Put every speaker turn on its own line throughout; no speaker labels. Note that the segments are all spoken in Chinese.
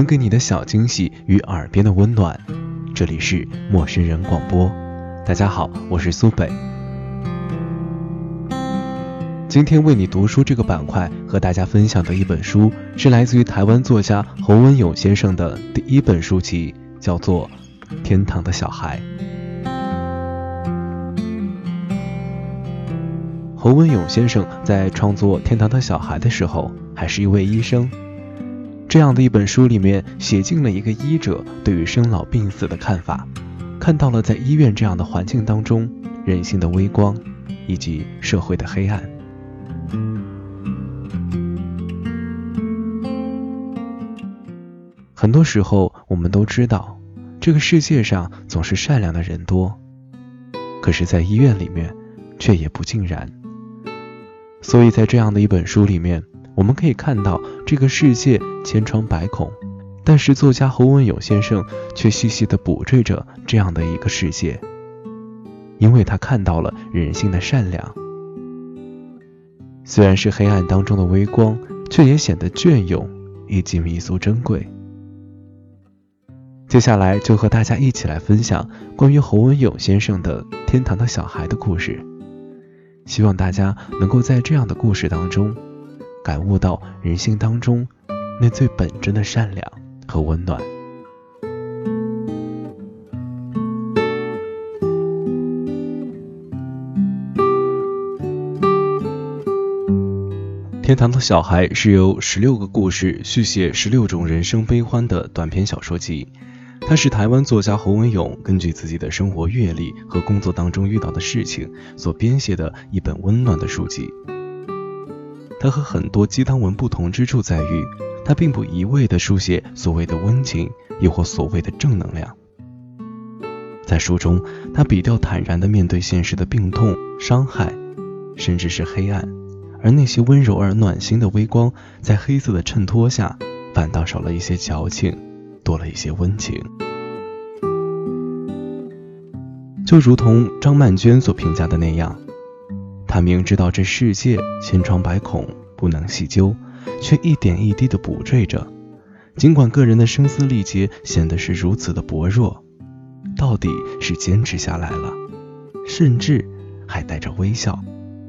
给你的小惊喜与耳边的温暖。这里是陌生人广播，大家好，我是苏北。今天为你读书这个板块和大家分享的一本书是来自于台湾作家侯文勇先生的第一本书籍，叫做《天堂的小孩》。侯文勇先生在创作《天堂的小孩》的时候还是一位医生，这样的一本书里面写尽了一个医者对于生老病死的看法，看到了在医院这样的环境当中人性的微光以及社会的黑暗。很多时候我们都知道这个世界上总是善良的人多，可是在医院里面却也不尽然。所以在这样的一本书里面，我们可以看到这个世界千疮百孔，但是作家侯文勇先生却细细地捕捉着这样的一个世界，因为他看到了人性的善良。虽然是黑暗当中的微光，却也显得隽永以及弥足珍贵。接下来就和大家一起来分享关于侯文勇先生的《天堂的小孩》的故事，希望大家能够在这样的故事当中感悟到人性当中那最本真的善良和温暖。天堂的小孩是由16个故事续写16种人生悲欢的短篇小说集，它是台湾作家侯文勇根据自己的生活阅历和工作当中遇到的事情所编写的一本温暖的书籍。它和很多鸡汤文不同之处在于，它并不一味地书写所谓的温情，亦或所谓的正能量。在书中，他笔调坦然地面对现实的病痛、伤害，甚至是黑暗，而那些温柔而暖心的微光，在黑色的衬托下，反倒少了一些矫情，多了一些温情。就如同张曼娟所评价的那样，他明知道这世界千疮百孔，不能细究，却一点一滴地捕捉着，尽管个人的声嘶力竭显得是如此的薄弱，到底是坚持下来了，甚至还带着微笑。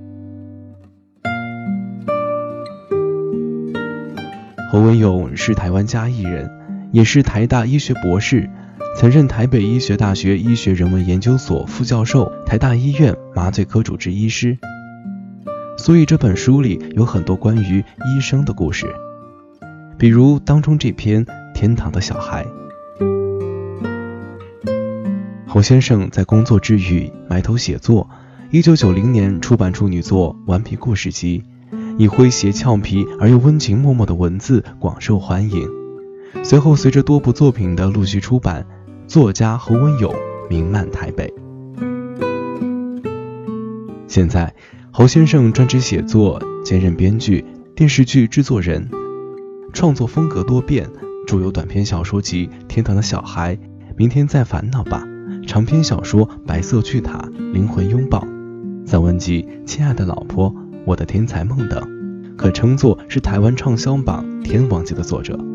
侯文勇是台湾嘉义人，也是台大医学博士，曾任台北医学大学医学人文研究所副教授，台大医院麻醉科主治医师。所以这本书里有很多关于医生的故事，比如当中这篇《天堂的小孩》。侯先生在工作之余埋头写作，1990年出版处女作《顽皮故事集》，以诙谐俏皮而又温情脉脉的文字广受欢迎。随后随着多部作品的陆续出版，作家侯文勇名漫台北。现在侯先生专职写作，兼任编剧、电视剧制作人，创作风格多变，著有短篇小说集《天堂的小孩》、明天再烦恼吧，长篇小说《白色巨塔》、灵魂拥抱，散文集《亲爱的老婆》、我的天才梦等，可称作是台湾畅销榜天王级的作者。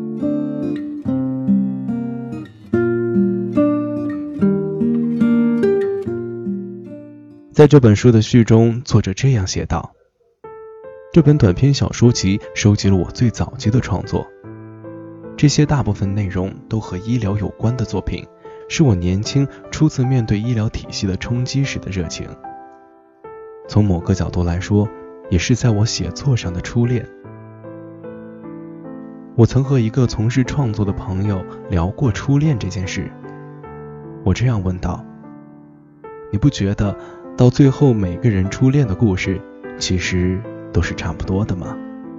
在这本书的序中，作者这样写道：这本短篇小说集收集了我最早期的创作，这些大部分内容都和医疗有关的作品，是我年轻初次面对医疗体系的冲击时的热情。从某个角度来说，也是在我写作上的初恋。我曾和一个从事创作的朋友聊过初恋这件事，我这样问道：你不觉得到最后每个人初恋的故事其实都是差不多的吗？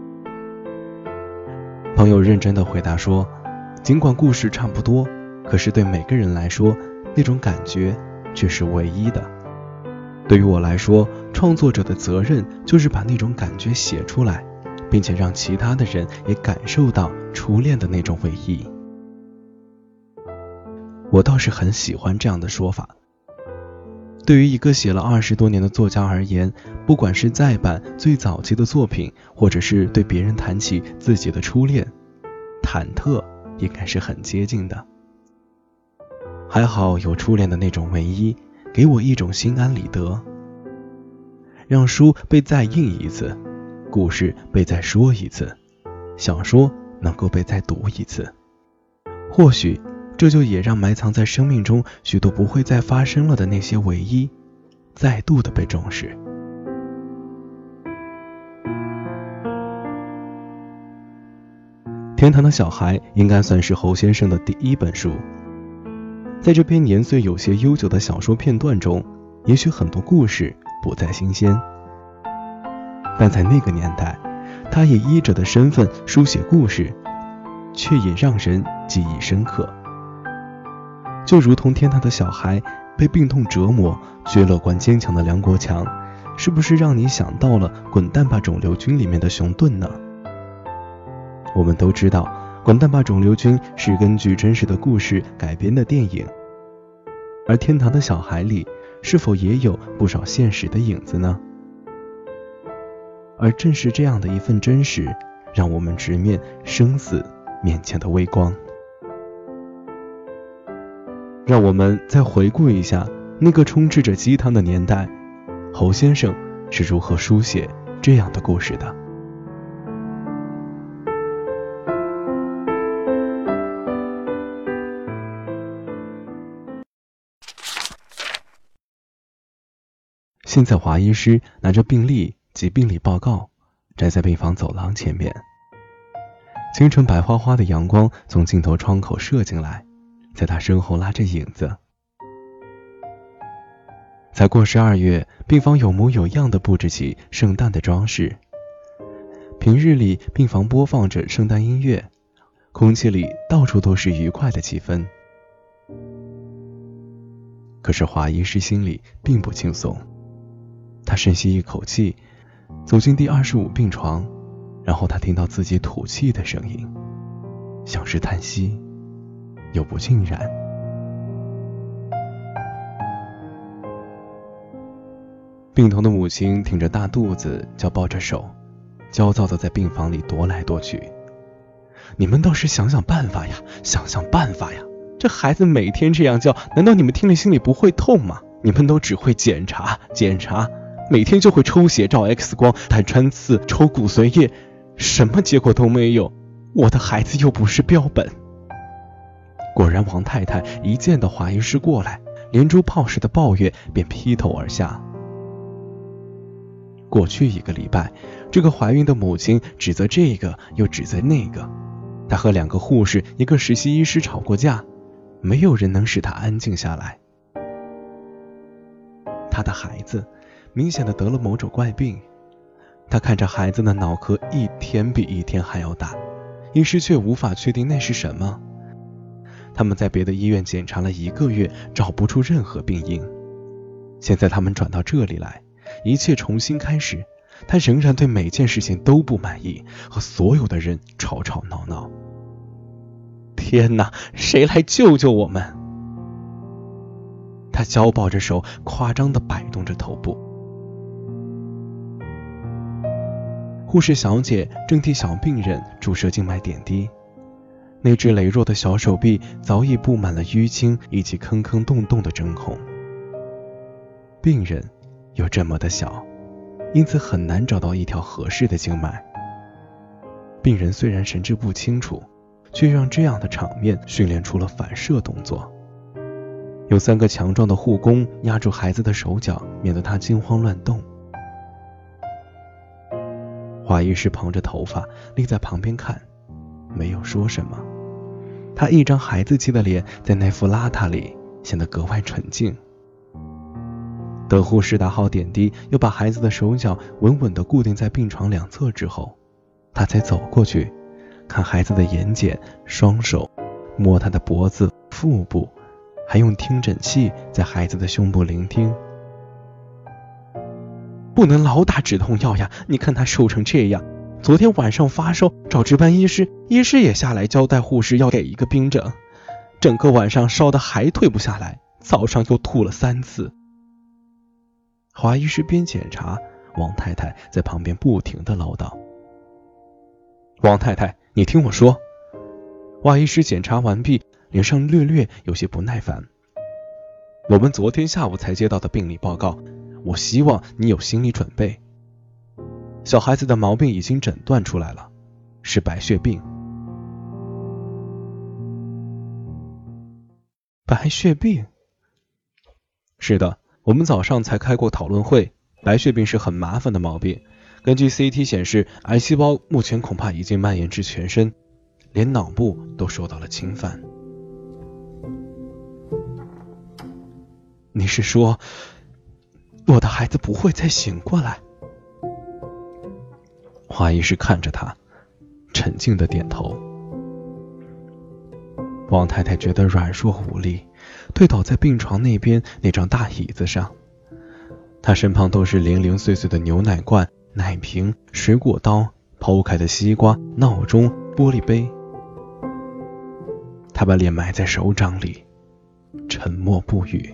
朋友认真地回答说，尽管故事差不多，可是对每个人来说，那种感觉却是唯一的。对于我来说，创作者的责任就是把那种感觉写出来，并且让其他的人也感受到初恋的那种唯一。我倒是很喜欢这样的说法。对于一个写了20多年的作家而言，不管是再版最早期的作品，或者是对别人谈起自己的初恋，忐忑应该是很接近的。还好有初恋的那种唯一，给我一种心安理得。让书被再印一次，故事被再说一次，小说能够被再读一次，或许这就也让埋藏在生命中许多不会再发生了的那些唯一，再度的被重视。天堂的小孩应该算是侯先生的第一本书。在这篇年岁有些悠久的小说片段中，也许很多故事不再新鲜，但在那个年代，他以医者的身份书写故事，却也让人记忆深刻。就如同天堂的小孩被病痛折磨却乐观坚强的梁国强，是不是让你想到了《滚蛋吧肿瘤君》里面的熊顿呢？我们都知道《滚蛋吧肿瘤君》是根据真实的故事改编的电影，而天堂的小孩里是否也有不少现实的影子呢？而正是这样的一份真实，让我们直面生死面前的微光。让我们再回顾一下那个充斥着鸡汤的年代，侯先生是如何书写这样的故事的。现在华医师拿着病历及病理报告，站在病房走廊前面。清晨白花花的阳光从镜头窗口射进来，在他身后拉着影子。才过12月，病房有模有样地布置起圣诞的装饰。平日里病房播放着圣诞音乐，空气里到处都是愉快的气氛。可是华医师心里并不轻松，他深吸一口气，走进第25病床，然后他听到自己吐气的声音，像是叹息，又不尽然。病童的母亲挺着大肚子，脚抱着手，焦躁地在病房里踱来踱去。你们倒是想想办法呀，想想办法呀！这孩子每天这样叫，难道你们听了心里不会痛吗？你们都只会检查，每天就会抽血、照 X 光、探穿刺、抽骨髓液，什么结果都没有。我的孩子又不是标本。果然王太太一见到华医师过来，连珠炮似的抱怨便劈头而下。过去1个礼拜，这个怀孕的母亲指责这个又指责那个，她和2个护士、1个实习医师吵过架，没有人能使她安静下来。她的孩子明显的得了某种怪病，她看着孩子的脑壳一天比一天还要大，医师却无法确定那是什么。他们在别的医院检查了1个月，找不出任何病因。现在他们转到这里来，一切重新开始，他仍然对每件事情都不满意，和所有的人吵吵闹闹。天哪，谁来救救我们？他焦抱着手，夸张地摆动着头部。护士小姐正替小病人注射静脉点滴，那只羸弱的小手臂早已布满了淤青以及坑坑洞洞的针孔。病人又这么的小，因此很难找到一条合适的静脉。病人虽然神志不清楚，却让这样的场面训练出了反射动作。有3个强壮的护工压住孩子的手脚，免得他惊慌乱动。华医师蓬着头发立在旁边看，没有说什么。他一张孩子气的脸在那副邋遢里显得格外纯净。等护士打好点滴，又把孩子的手脚稳稳地固定在病床2侧之后，他才走过去看孩子的眼睑、双手，摸他的脖子、腹部，还用听诊器在孩子的胸部聆听。不能老打止痛药呀，你看他瘦成这样，昨天晚上发烧，找值班医师，医师也下来交代护士要给一个冰枕，整个晚上烧得还退不下来，早上又吐了3次。华医师边检查，王太太在旁边不停地唠叨。王太太，你听我说。 华医师检查完毕，脸上略有些不耐烦。我们昨天下午才接到的病理报告，我希望你有心理准备。小孩子的毛病已经诊断出来了，是白血病。白血病？是的，我们早上才开过讨论会，白血病是很麻烦的毛病。根据 CT 显示，癌细胞目前恐怕已经蔓延至全身，连脑部都受到了侵犯。你是说，我的孩子不会再醒过来？华医师看着他，沉静地点头。王太太觉得软弱无力，推倒在病床那边那张大椅子上。她身旁都是零零碎碎的牛奶罐、奶瓶、水果刀、剖开的西瓜、闹钟、玻璃杯。她把脸埋在手掌里，沉默不语。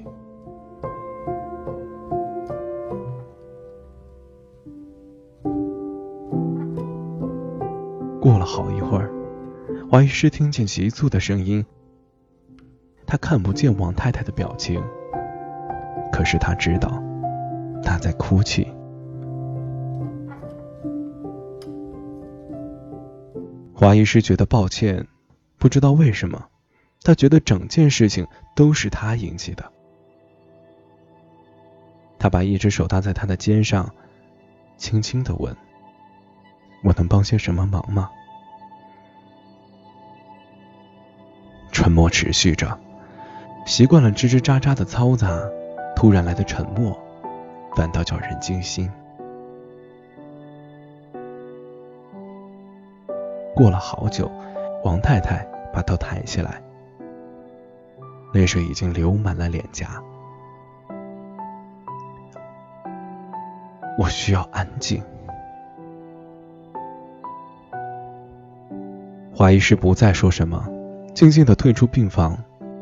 过了好一会儿，华医师听见急促的声音。他看不见王太太的表情，可是他知道她在哭泣。华医师觉得抱歉，不知道为什么，他觉得整件事情都是他引起的。他把一只手搭在他的肩上，轻轻地问：我能帮些什么忙吗？沉默持续着，习惯了吱吱喳喳的嘈杂，突然来的沉默反倒叫人惊心。过了好久，王太太把头抬起来，泪水已经流满了脸颊。我需要安静。华医师不再说什么，静静地退出病房。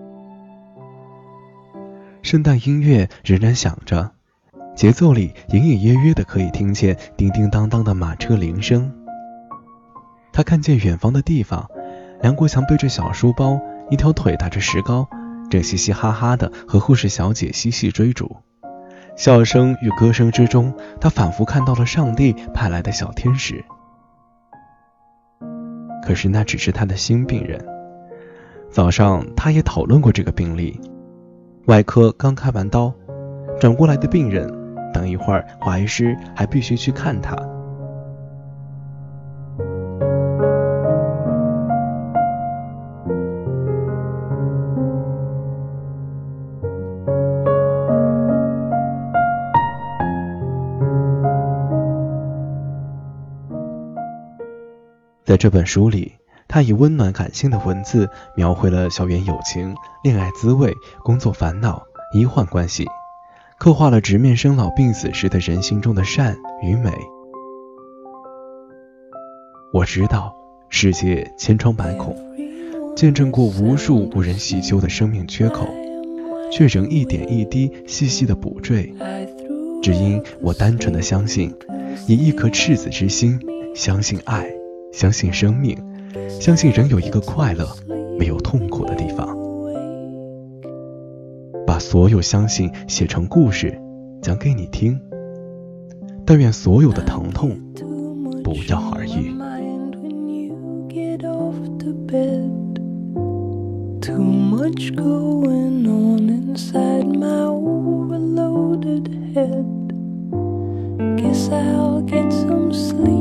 圣诞音乐仍然响着，节奏里隐隐约约的可以听见叮叮当当的马车铃声。他看见远方的地方，梁国强背着小书包，一条腿打着石膏，正嘻嘻哈哈的和护士小姐嬉戏追逐。笑声与歌声之中，他仿佛看到了上帝派来的小天使。可是那只是他的新病人。早上他也讨论过这个病例，外科刚开完刀，转过来的病人，等一会儿华医师还必须去看他。在这本书里，他以温暖感性的文字描绘了校园友情、恋爱滋味、工作烦恼、医患关系，刻画了直面生老病死时的人心中的善与美。我知道世界千疮百孔，见证过无数无人细究的生命缺口，却仍一点一滴细细的补缀，只因我单纯的相信，以一颗赤子之心，相信爱，相信生命，相信人有一个快乐没有痛苦的地方。把所有相信写成故事，讲给你听。但愿所有的疼痛不药而愈。
Too much going on inside my overloaded head. Guess I'll get some sleep.